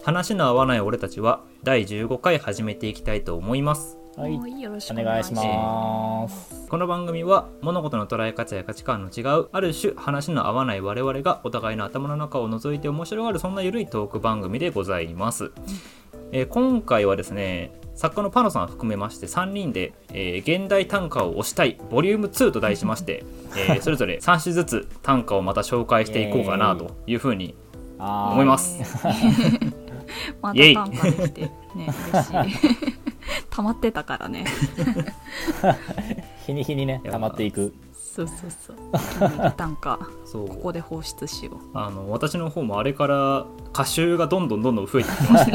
話の合わない俺たちは第15回始めていきたいと思います。 はい、 よろしおくお願いし願いしま。 ますす。 この番組は物事の捉え方や価値観の違うある種話の合わない我々がお互いの頭の中を覗いて面白がるそんなゆるいトーク番組でございます。今回はですね、作家のパノさん含めまして3人で、現代短歌を推したいボリューム2と題しまして、それぞれ3種ずつ短歌をまた紹介していこうかなというふうに思います。 また短歌できてね、嬉しい。溜まってたからね。 日に日にね溜まっていく。 そう短歌そうここで放出しよう。 私の方もあれから歌集がどんどん増えてきてまして、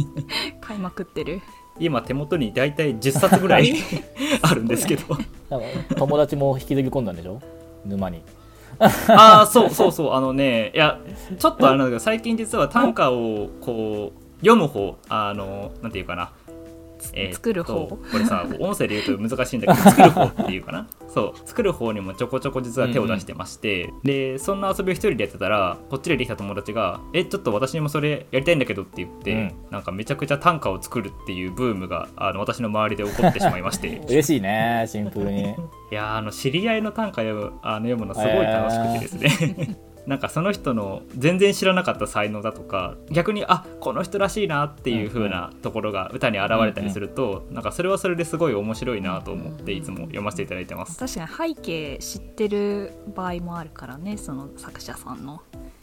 買いまくってる。 今手元にだいたい10冊ぐらいあるんですけど友達も引きずり込んだんでしょ、沼に。 そういやちょっとあれなんだけど、最近実は短歌をこう読む方、なんていうかな、 作る方、 これさ音声で言うと難しいんだけど作る方っていうかな、そう作る方にもちょこちょこ実は手を出してまして、でそんな遊びを一人でやってたら、こっちでできた友達がちょっと私にもそれやりたいんだけどって言って、なんかめちゃくちゃ短歌を作るっていうブームが私の周りで起こってしまいまして嬉しいね、シンプルに。 いや知り合いの短歌読むのすごい楽しくてですね、なんかその人の全然知らなかった才能だとか、逆にこの人らしいなっていう風なところが歌に現れたりすると、なんかそれはそれですごい面白いなと思っていつも読ませていただいてます。 確かに背景知ってる場合もあるからね、その作者さんの。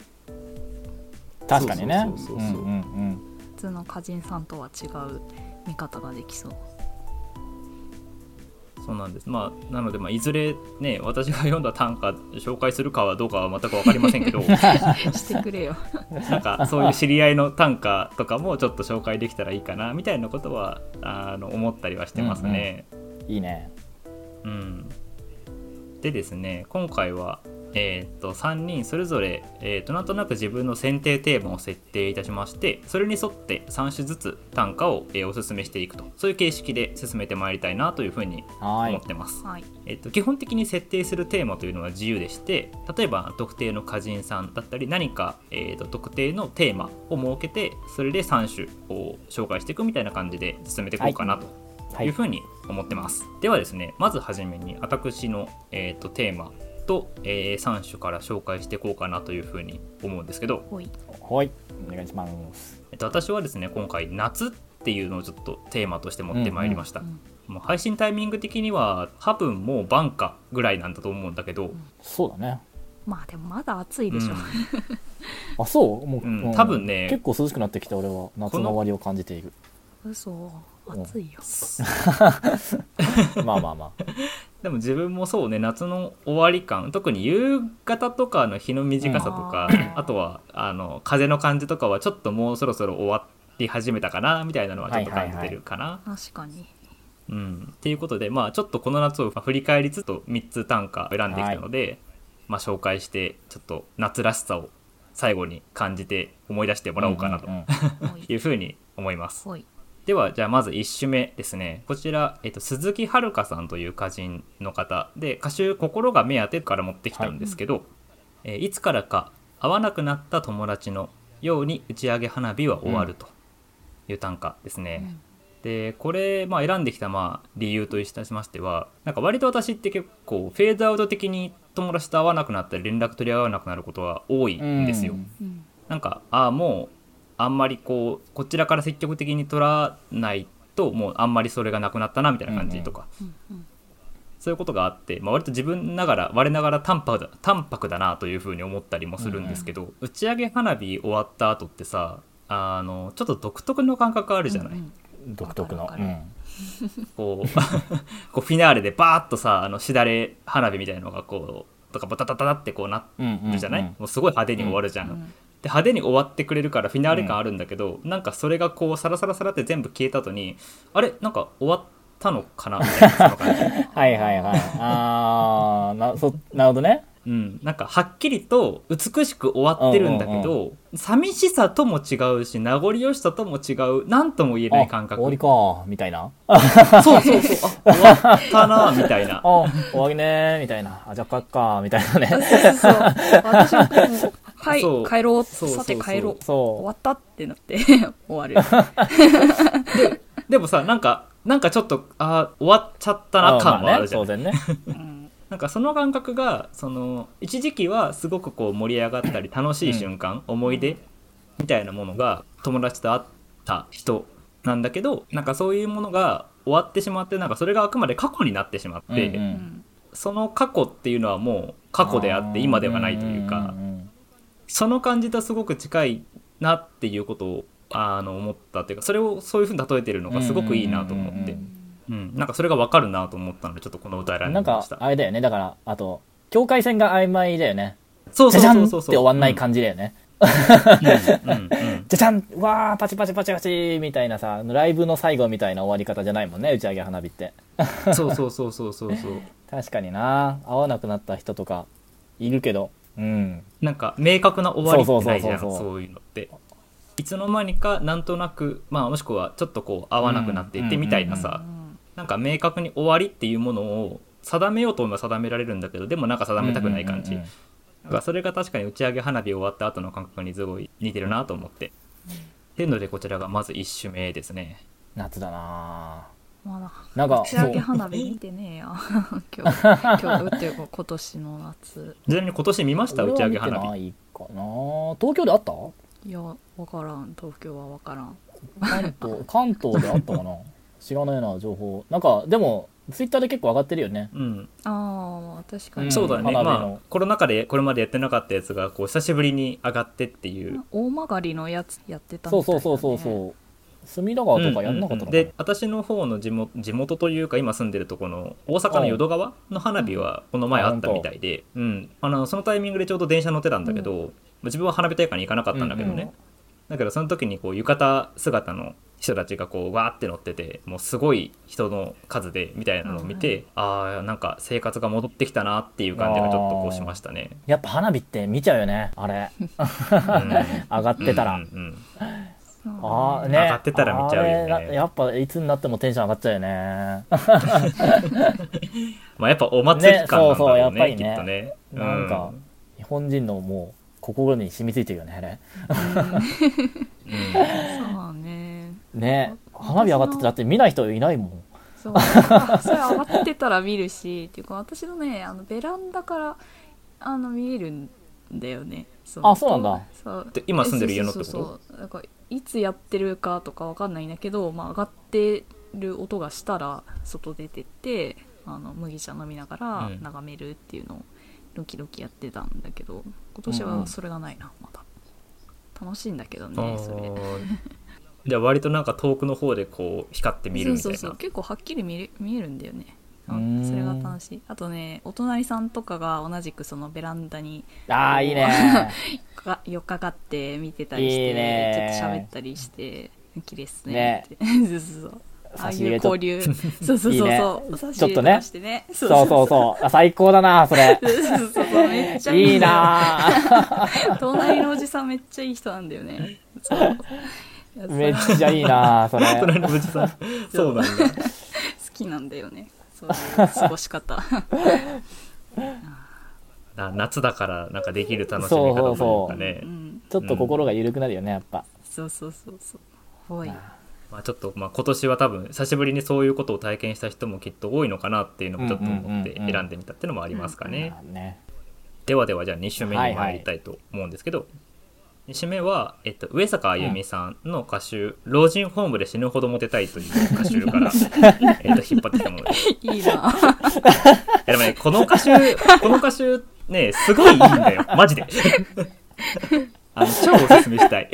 確かにね。 普通の歌人さんとは違う見方ができそう。 そうなんです。なのでいずれね、私が読んだ短歌紹介するかはどうかは全く分かりませんけどしてくれよ。 なんかそういう知り合いの短歌とかもちょっと紹介できたらいいかなみたいなことは思ったりはしてますね。 いいね。 でですね、今回は3人それぞれ、なんとなく自分の選定テーマを設定いたしまして、それに沿って3種ずつ短歌を、おすすめしていくと、そういう形式で進めてまいりたいなというふうに思ってます。基本的に設定するテーマというのは自由でして、例えば特定の歌人さんだったり何か、特定のテーマを設けて、それで3種を紹介していくみたいな感じで進めていこうかなというふうに思ってます。ではですね、まずはじめに私の、テーマと、3種から紹介していこうかなというふうに思うんですけど、 はい、お願いします。 私はですね、今回夏っていうのをちょっとテーマとして持ってまいりました。もう配信タイミング的には多分もう晩夏ぐらいなんだと思うんだけど、 そうだね。 でもまだ暑いでしょ。 そうもう、 多分ね、 結構涼しくなってきて、俺は夏の終わりを感じている。 嘘、暑いよ。 まあでも自分もそうね、夏の終わり感、特に夕方とかの日の短さとか、あとは風の感じとかはちょっともうそろそろ終わり始めたかなみたいなのはちょっと感じてるかな。 確かに。 っていうことで、ちょっとこの夏を振り返りつつ3つ短歌選んできたので、紹介してちょっと夏らしさを最後に感じて思い出してもらおうかなというふうに思います。ではじゃあまず1首目ですね。こちら、鈴木遥さんという歌人の方で、歌集心が目当てから持ってきたんですけど、いつからか会わなくなった友達のように打ち上げ花火は終わるという短歌ですね。でこれ、選んできた理由といたしましては、なんか割と私って結構フェードアウト的に友達と会わなくなったり連絡取り合わなくなることが多いんですよ。なんかもうあんまりこちらから積極的に取らないと、もうあんまりそれがなくなったなみたいな感じとか、そういうことがあって、割と自分ながら我ながら淡白だなというふうに思ったりもするんですけど、打ち上げ花火終わった後ってさ、ちょっと独特の感覚あるじゃない。 独特の、 こうフィナーレでバーッとさ、しだれ花火みたいなのがとかバタタタってなるじゃない、もうすごい派手に終わるじゃん。で派手に終わってくれるからフィナーレ感あるんだけど、なんかそれがサラサラサラって全部消えた後に、あれなんか終わったのかなみたいな、その感じなるほどね。 なんかはっきりと美しく終わってるんだけど、寂しさとも違うし名残惜しさとも違う、なんとも言えない感覚。 終わりかみたいな。 そう終わったなみたいな。 終わりねみたいな。じゃあ帰っかみたいなね。 私もそう帰ろう、 そうそうそうさて帰ろう、 そう終わったってなって終わる。 でもさなんかちょっと終わっちゃったな感もあるじゃん、 当然ね。 うんなんかその感覚がその一時期はすごくこう盛り上がったり楽しい瞬間、思い出みたいなものが友達と会った人なんだけど、なんかそういうものが終わってしまって、なんかそれがあくまで過去になってしまって、 うんうんその過去っていうのはもう過去であって今ではないというか、その感じとすごく近いなっていうことを思ったっていうか、それをそういう風に例えてるのがすごくいいなと思って、なんかそれが分かるなと思ったのでちょっとこの歌選んでなんかみました。 あれだよね、だからあと境界線が曖昧だよね。 そうじゃじゃんってそう終わんない感じだよね。 うんじゃじゃんわーパチパチパチパチみたいなさ、ライブの最後みたいな終わり方じゃないもんね、打ち上げ花火って。 そう確かにな、会わなくなった人とかいるけど、 なんか明確な終わりってないじゃん、 そうそうそうそうそういうのっていつの間にかなんとなく、もしくはちょっとこう合わなくなっていってみたいなさ、なんか明確に終わりっていうものを定めようと思えば定められるんだけど、でもなんか定めたくない感じ、なんかそれが確かに打ち上げ花火終わった後の感覚にすごい似てるなと思って、っていうのでこちらがまず1首目ですね。 夏だなまだなんか打ち上げ花火見てねえや今日っていうか今年の夏。 ちなみに今年見ました打ち上げ花火。 俺は見てないかな。東京であった？ いや分からん、東京は分からん。 関東であったかな知らないな情報。なんかでもツイッターで結構上がってるよね。 ああ確かに、 そうだね、 花火のコロナ禍でこれまでやってなかったやつがこう久しぶりに上がってっていう。 大曲のやつやってたみたいな、ね、 そう隅田川とかやんなかったのかな、 で私の方の地元というか今住んでるとこの大阪の淀川の花火はこの前あったみたいで、そのタイミングでちょうど電車乗ってたんだけど、自分は花火大会に行かなかったんだけどね、だけどその時にこう浴衣姿の人たちがこうわーって乗ってて、もうすごい人の数でみたいなのを見て、なんか生活が戻ってきたなっていう感じがちょっとこうしましたね。 やっぱ花火って見ちゃうよねあれ上がってたら、ね、 上がってたら見ちゃうよね。 やっぱいつになってもテンション上がっちゃうよねやっぱお祭り感なんだろうね、 やっぱりねきっとね。 なんか日本人のもう心に染みついてるよねあれそうね、花火上がっててだって見ない人いないもん。 そうそれ上がってたら見るしっていうか、私のねベランダから見えるんだよね。 そうなんだ。 そうで今住んでる家のってこと？ そうだからいつやってるかとかわかんないんだけど、上がってる音がしたら外出てって麦茶飲みながら眺めるっていうのをドキドキやってたんだけど、今年はそれがないな、まだ楽しいんだけどねそれじゃあ割となんか遠くの方でこう光って見るみたいな。 そう結構はっきり見えるんだよね。それが楽しい。あとね、お隣さんとかが同じくそのベランダにいいね寄っかかって見てたりして、 いいねちょっと喋ったりして綺麗っすねねってそうああいう交流そういいね差しちょっとねしてね、 そう最高だなそれそうめっちゃいいいいな隣のおじさんめっちゃいい人なんだよね。そうめっちゃいいなそれ隣のおじさんそうなんだ好きなんだよね、そういう過ごし方夏だからなんかできる楽しみ方というかね、 ちょっと心が緩くなるよねやっぱ。 そうほい、 ちょっと今年は多分久しぶりにそういうことを体験した人もきっと多いのかなっていうのもちょっと思って選んでみたっていうのもありますかね。ではじゃあ2首目に参りたいと思うんですけど、2首目は、上坂あゆみさんの歌集、老人ホームで死ぬほどモテたいという歌集から引っ張ってきたものです。 いいなでもね、この歌集ねすごいいいんだよマジで超おすすめしたい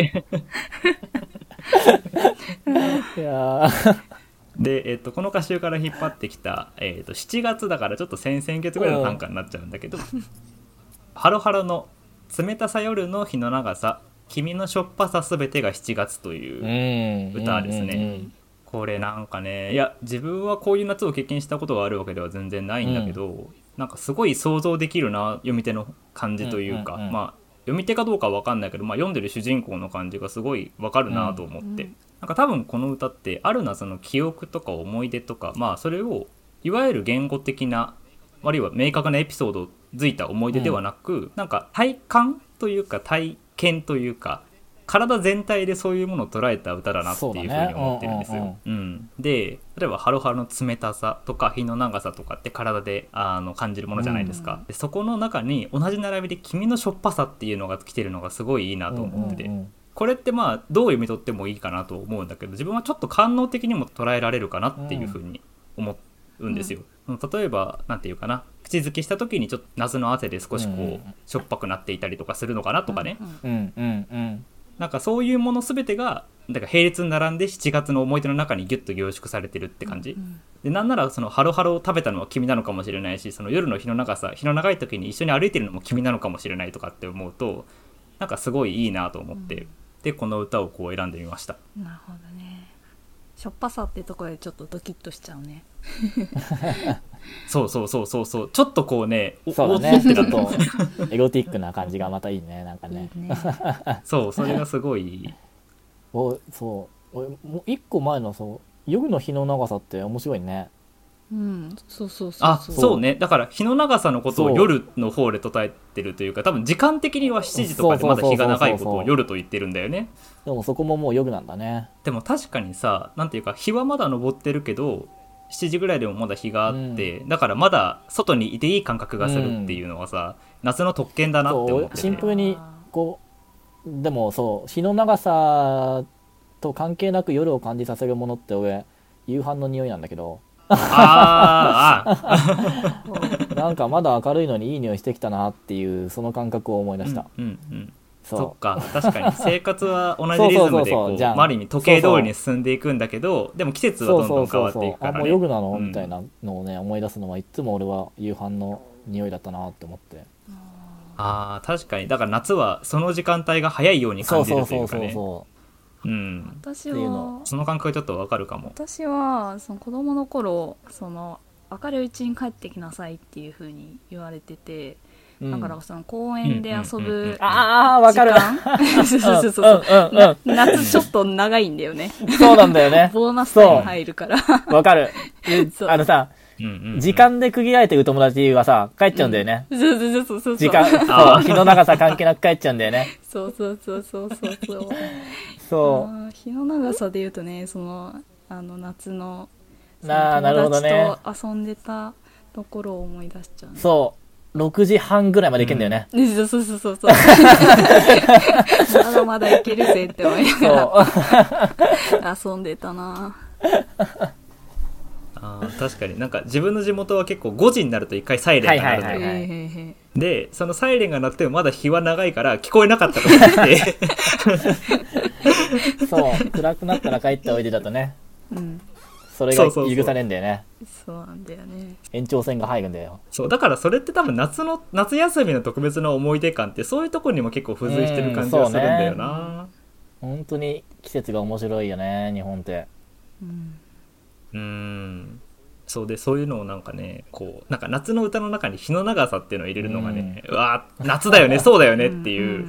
いやで、この歌集から引っ張ってきた、7月だからちょっと先々月ぐらいの短歌になっちゃうんだけどハロハロの冷たさ夜の日の長さ君のしょっぱさすべてが7月という歌ですね。これなんかね、いや自分はこういう夏を経験したことがあるわけでは全然ないんだけど、なんかすごい想像できるな、読み手の感じというか、読み手かどうかは分かんないけど、読んでる主人公の感じがすごい分かるなと思って、なんか多分この歌ってあるなその記憶とか思い出とか、それをいわゆる言語的なあるいは明確なエピソードをづいた思い出ではなく、なんか体感というか体験というか体全体でそういうものを捉えた歌だなっていうふうに思ってるんですよ。で例えばハロハロの冷たさとか日の長さとかって体で感じるものじゃないですか、でそこの中に同じ並びで君のしょっぱさっていうのが来てるのがすごいいいなと思ってて、これってまあどう読み取ってもいいかなと思うんだけど自分はちょっと官能的にも捉えられるかなっていうふうに思うんですよ、例えばなんていうかな口づけした時にちょっと夏の汗で少しこうしょっぱくなっていたりとかするのかなとかね、なんかそういうもの全てがだから並列に並んで7月の思い出の中にギュッと凝縮されてるって感じ、でなんならそのハロハロを食べたのは君なのかもしれないしその夜の日の長さ日の長い時に一緒に歩いてるのも君なのかもしれないとかって思うとなんかすごいいいなと思って、でこの歌をこう選んでみました。 なるほどね。しょっぱさってところでちょっとドキッとしちゃうね。 そうちょっとこうねそうだねちょっとエロティックな感じがまたいいねなんかね。 いいねそれがすごいそうもう一個前の夜の日の長さって面白いね。 そうねだから日の長さのことを夜の方で捉えてるというか多分時間的には7時とかでまだ日が長いことを夜と言ってるんだよね。 でもそこももう夜なんだね。 でも確かにさなんていうか日はまだ昇ってるけど7時ぐらいでもまだ日があって、だからまだ外にいていい感覚がするっていうのはさ、夏の特権だなって思ってて、 シンプルにこうでも日の長さと関係なく夜を感じさせるものって俺夕飯の匂いなんだけどなんかまだ明るいのにいい匂いしてきたなっていうその感覚を思い出した。 そっか確かに生活は同じリズムでこうある意味時計通りに進んでいくんだけどでも季節はどんどん変わっていくからね。 もう夜なのみたいなのをね思い出すのはいつも俺は夕飯の匂いだったなって思って。 確かにだから夏はその時間帯が早いように感じるというかね。 私はその感覚ちょっとわかるかも。 私はその子供の頃明るいうちに帰ってきなさいっていう風に言われてて、だからその公園で遊ぶ時間、 わかる夏ちょっと長いんだよね。 そうなんだよね。 ボーナスタイム入るからわかる。時間で区切られてる友達はさ帰っちゃうんだよね。 そう時間日の長さ関係なく帰っちゃうんだよね。 そう日の長さで言うとね夏の友達と遊んでたところを思い出しちゃうね。 そう6時半ぐらいまで行けんだよね。 そうまだまだ行けるぜって思いながら遊んでたな。 確かになんか自分の地元は結構5時になると一回サイレンが鳴るんだよ。でそのサイレンが鳴ってもまだ日は長いから聞こえなかったことがあってそう暗くなったら帰っておいでだとね、それが許されんだよね。 そうなんだよね。 延長線が入るんだよ。 そうだからそれって多分夏休みの特別な思い出感ってそういうところにも結構付随してる感じがするんだよな。 本当に季節が面白いよね日本って。 そうでそういうのをなんかねこうなんか夏の歌の中に日の長さっていうのを入れるのがね、うわ夏だよねそうだよねっていう。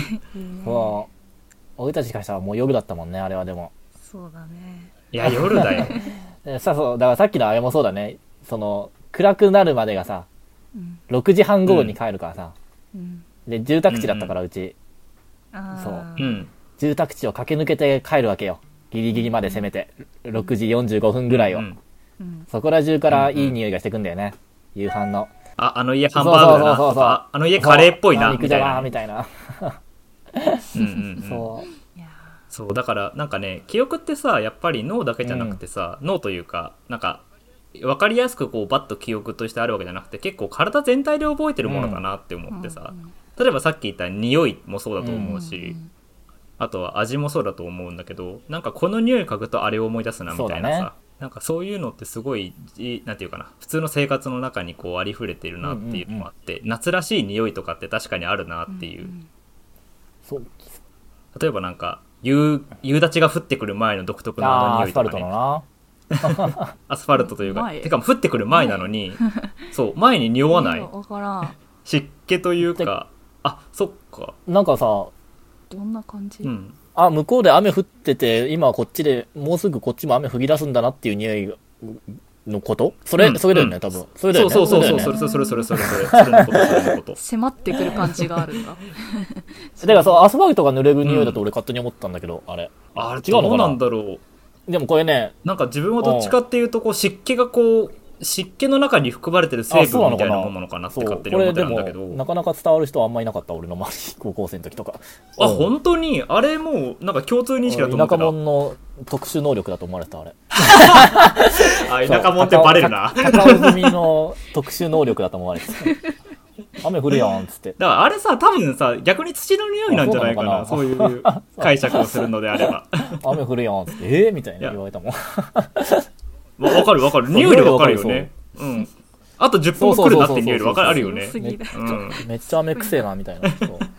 俺たちからしたらもう夜だったもんねあれは。でもそうだね。 いや夜だよそうだからさっきのあれもそうだね。暗くなるまでがさ、6時半頃に帰るからさ、で住宅地だったからうち、住宅地を駆け抜けて帰るわけよ。ギリギリまで攻めて6時45分ぐらいを、そこら中からいい匂いがしてくんだよね、夕飯の。 あの家ハンバーグだなとかあの家カレーっぽいなみたいなみたいなそうだからなんかね記憶ってさやっぱり脳だけじゃなくてさ、脳というかなんか分かりやすくこうバッと記憶としてあるわけじゃなくて結構体全体で覚えてるものだなって思ってさ、例えばさっき言った匂いもそうだと思うし、あとは味もそうだと思うんだけどなんかこの匂い嗅ぐとあれを思い出すなみたいなさ、なんかそういうのってすごいなんていうかな普通の生活の中にこうありふれてるなっていうのもあって、夏らしい匂いとかって確かにあるなっていう、例えばなんか夕立が降ってくる前の独特のあの匂いとかね。アスファルトというかてか降ってくる前なのにそう前に匂わない。湿気というかそっかなんかさどんな感じ、 向こうで雨降ってて今こっちでもうすぐこっちも雨降り出すんだなっていう匂いのことそれだよね、多分。それだよね。 そう、それのこと。 迫ってくる感じがあるんだ。 だからそう、アスファルトが濡れる匂いだと俺勝手に思ったんだけど、あれ。 違うのかな。 どうなんだろう。でもこれね、 なんか自分はどっちかっていうと、こう湿気が湿気の中に含まれてる成分みたいなものなのかなって勝手に思ってたんだけど、 なかなか伝わる人はあんまりいなかった、俺の周り、高校生の時とか。 本当にあれもうなんか共通認識だと思ってた。 田舎者の特殊能力だと思われてた、あれ。 田舎者ってバレるな。 高尾組の特殊能力だと思われてた。雨降るやんっつって。 だからあれさ、多分さ、逆に土の匂いなんじゃないかな。そういう解釈をするのであれば。 雨降るやんっつって、みたいな言われたもん。 わかる。匂いでわかるよね。うん。あと10分後来るなって匂いであるよね。 めっちゃ雨くせえな、みたいな。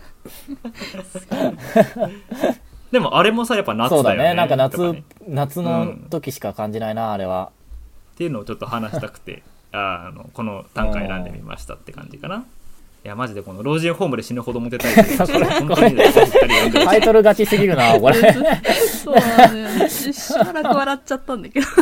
でもあれもさ、やっぱ夏だよね。 そうだね。なんか夏の時しか感じないな、あれは。 っていうのをちょっと話したくて、この短歌選んでみましたって感じかな。いやマジでこの老人ホームで死ぬほどモテたいって本当にタイトル勝ちすぎるなこれ。 そうだね。しばらく笑っちゃったんだけど。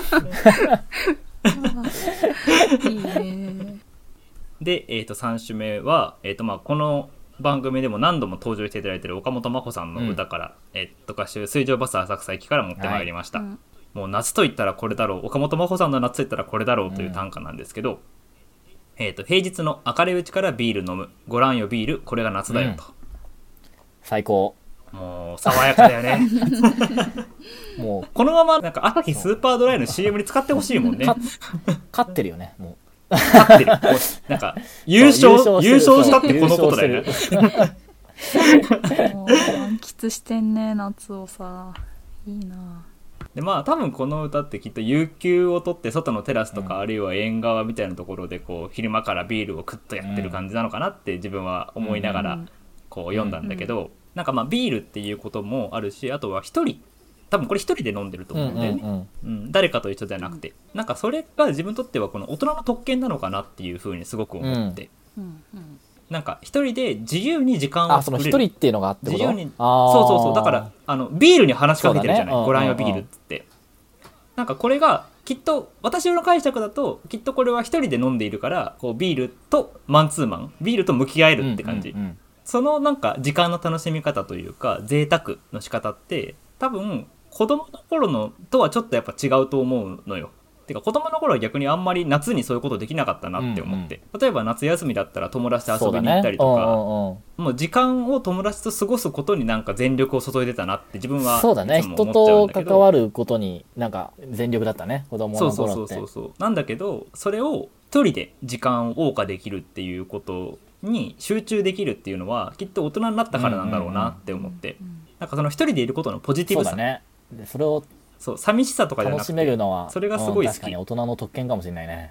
いいね。 で、3首目は、この番組でも何度も登場していただいている岡本真帆さんの歌から、歌集水上バス浅草駅から持ってまいりました、もう夏と言ったらこれだろう、岡本真帆さんの夏と言ったらこれだろうという短歌なんですけど、平日の明るいうちからビール飲む、ご覧よビール、これが夏だよと、 最高。 もう爽やかだよね。 もうこのままなんか朝日スーパードライの CM に使ってほしいもんね。 勝ってるよね、もう。 勝ってる。なんか優勝したってこのことだよね。 もう満喫してんね、夏をさ。いいな。 で多分この歌ってきっと有給を取って外のテラスとか、あるいは縁側みたいなところでこう昼間からビールをクッとやってる感じなのかなって自分は思いながらこう読んだんだけど、なんかビールっていうこともあるし、あとは多分これ一人で飲んでると思うんだよね、誰かと一緒じゃなくて、なんかそれが自分にとってはこの大人の特権なのかなっていうふうにすごく思って、なんか一人で自由に時間を作れる。 その一人っていうのがあってこと？ 自由に。そうだからビールに話しかけてるじゃない、ご覧よビールっつって。なんかこれがきっと私の解釈だと、きっとこれは一人で飲んでいるからこうビールとマンツーマン、ビールと向き合えるって感じ、そのなんか時間の楽しみ方というか贅沢の仕方って多分子供の頃のとはちょっとやっぱ違うと思うのよ。てか子供の頃は逆にあんまり夏にそういうことできなかったなって思って、例えば夏休みだったら友達と遊びに行ったりとか、もう時間を友達と過ごすことになんか全力を注いでたなって自分はそうだね、人と関わることになんか全力だったね、子供の頃って。 そうなんだけど、それを一人で時間を謳歌できるっていうことに集中できるっていうのはきっと大人になったからなんだろうなって思って、なんかその一人でいることのポジティブさ、 そうだね、でそれを寂しさとかじゃなくて楽しめるのはそれがすごい好き、 確かに大人の特権かもしれないね。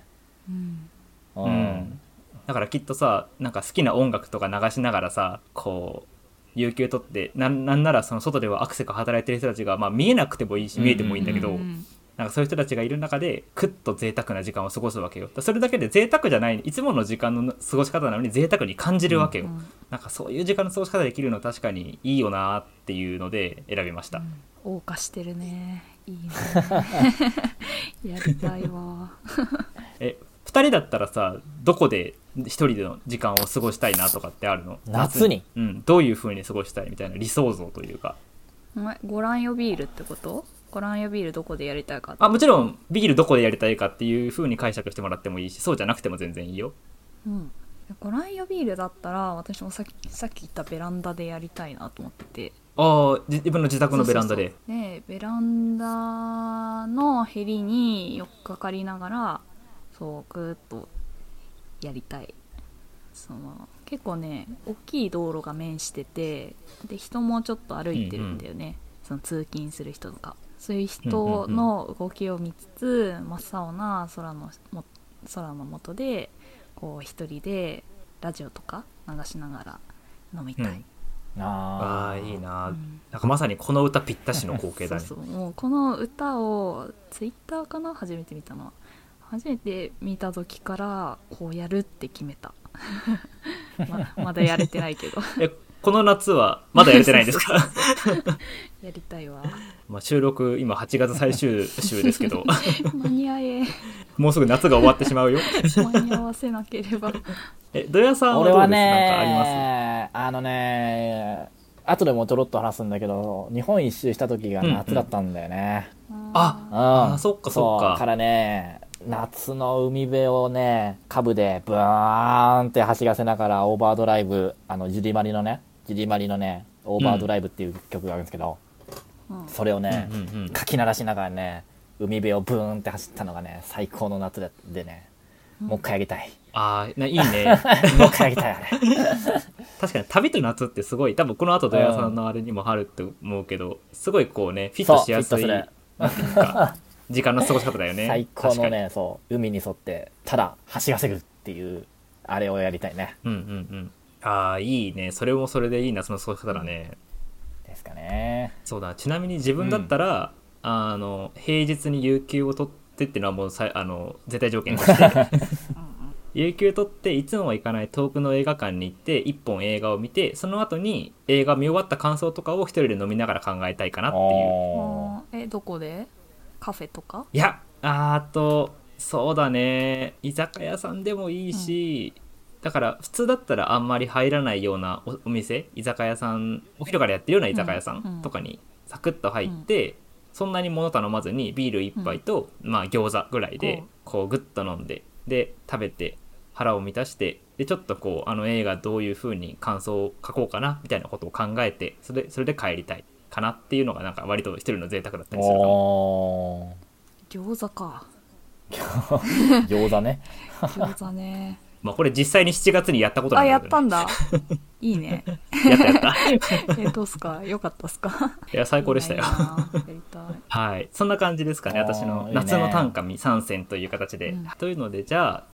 だからきっとさ、なんか好きな音楽とか流しながらさ、こう有給取ってなんならその外ではアクセク働いてる人たちが、見えなくてもいいし見えてもいいんだけど、なんかそういう人たちがいる中でクッと贅沢な時間を過ごすわけよ。それだけで贅沢じゃない、いつもの時間の過ごし方なのに贅沢に感じるわけよ、なんかそういう時間の過ごし方できるの確かにいいよなっていうので選びました。 謳歌してるね、いいね。やりたいわ。 2人だったらさ、どこで一人での時間を過ごしたいなとかってあるの？ 夏に、 どういう風に過ごしたいみたいな理想像というか。 ご覧よビールってこと？ご覧よビールどこでやりたいかって。 もちろんビールどこでやりたいかっていう風に解釈してもらってもいいし、そうじゃなくても全然いいよ。 ご覧よビールだったら私もさっき言ったベランダでやりたいなと思ってて。 自分の自宅のベランダで。 でベランダのへりに寄っかかりながらそうぐーっとやりたい。結構ね大きい道路が面してて、で人もちょっと歩いてるんだよね、その通勤する人とか、そういう人の動きを見つつ、真っ青な空の下でこう一人でラジオとか流しながら飲みたい、 いいな、なんかまさにこの歌ぴったしの光景だね。 そうもうこの歌をツイッターかな、初めて見たのは。初めて見た時からこうやるって決めた。まだやれてないけど。 この夏はまだやれてないんですか？ やりたいわ。 収録今8月最終週ですけど間に合え。 もうすぐ夏が終わってしまうよ。 間に合わせなければ。 土屋さんはどうです？ 俺はなんかあります？ ね、後でもちょろっと話すんだけど、日本一周した時が夏だったんだよね。 あ、そっかそっか。 そうからね、夏の海辺をね、カブでブーンって走らせながらオーバードライブ、ジュディマリのね、オーバードライブっていう曲があるんですけど、それをね、かき鳴らしながらね、海辺をブーンって走ったのがね、最高の夏でね、もう一回あげたい。 いいね。 もう一回あげたい、あれ。 確かに旅と夏ってすごい、多分この後土屋さんのあれにもあるって思うけど、すごいこうね、フィットしやすい、なんていうか、時間の過ごし方だよね。 最高のね、そう、海に沿って、ただ走らせるっていう、あれをやりたいね。 いいね。それもそれでいい夏の過ごし方だね。 ですかね。 そうだ、ちなみに自分だったら、平日に有給を取ってっていうのはもう絶対条件として有給取っていつもは行かない遠くの映画館に行って1本映画を見て、その後に映画見終わった感想とかを一人で飲みながら考えたいかなっていう。 どこで？カフェとか？ いや、そうだね、居酒屋さんでもいいし、だから普通だったらあんまり入らないようなお店、居酒屋さん、お昼からやってるような居酒屋さんとかにサクッと入って、そんなに物頼まずにビール1杯と、餃子ぐらいでこうグッと飲んで、で食べて腹を満たして、でちょっとこう映画どういう風に感想を書こうかなみたいなことを考えて、それで帰りたいかなっていうのがなんか割と一人の贅沢だったりするかも。 餃子か。 餃子ね。 餃子ね。 これ実際に7月にやったことないやったんだ。いいね。 やったどうすか？よかったっすか？ いや最高でしたよ。 やりたい。 はい、そんな感じですかね、私の夏の短歌3選という形で。というので、じゃあ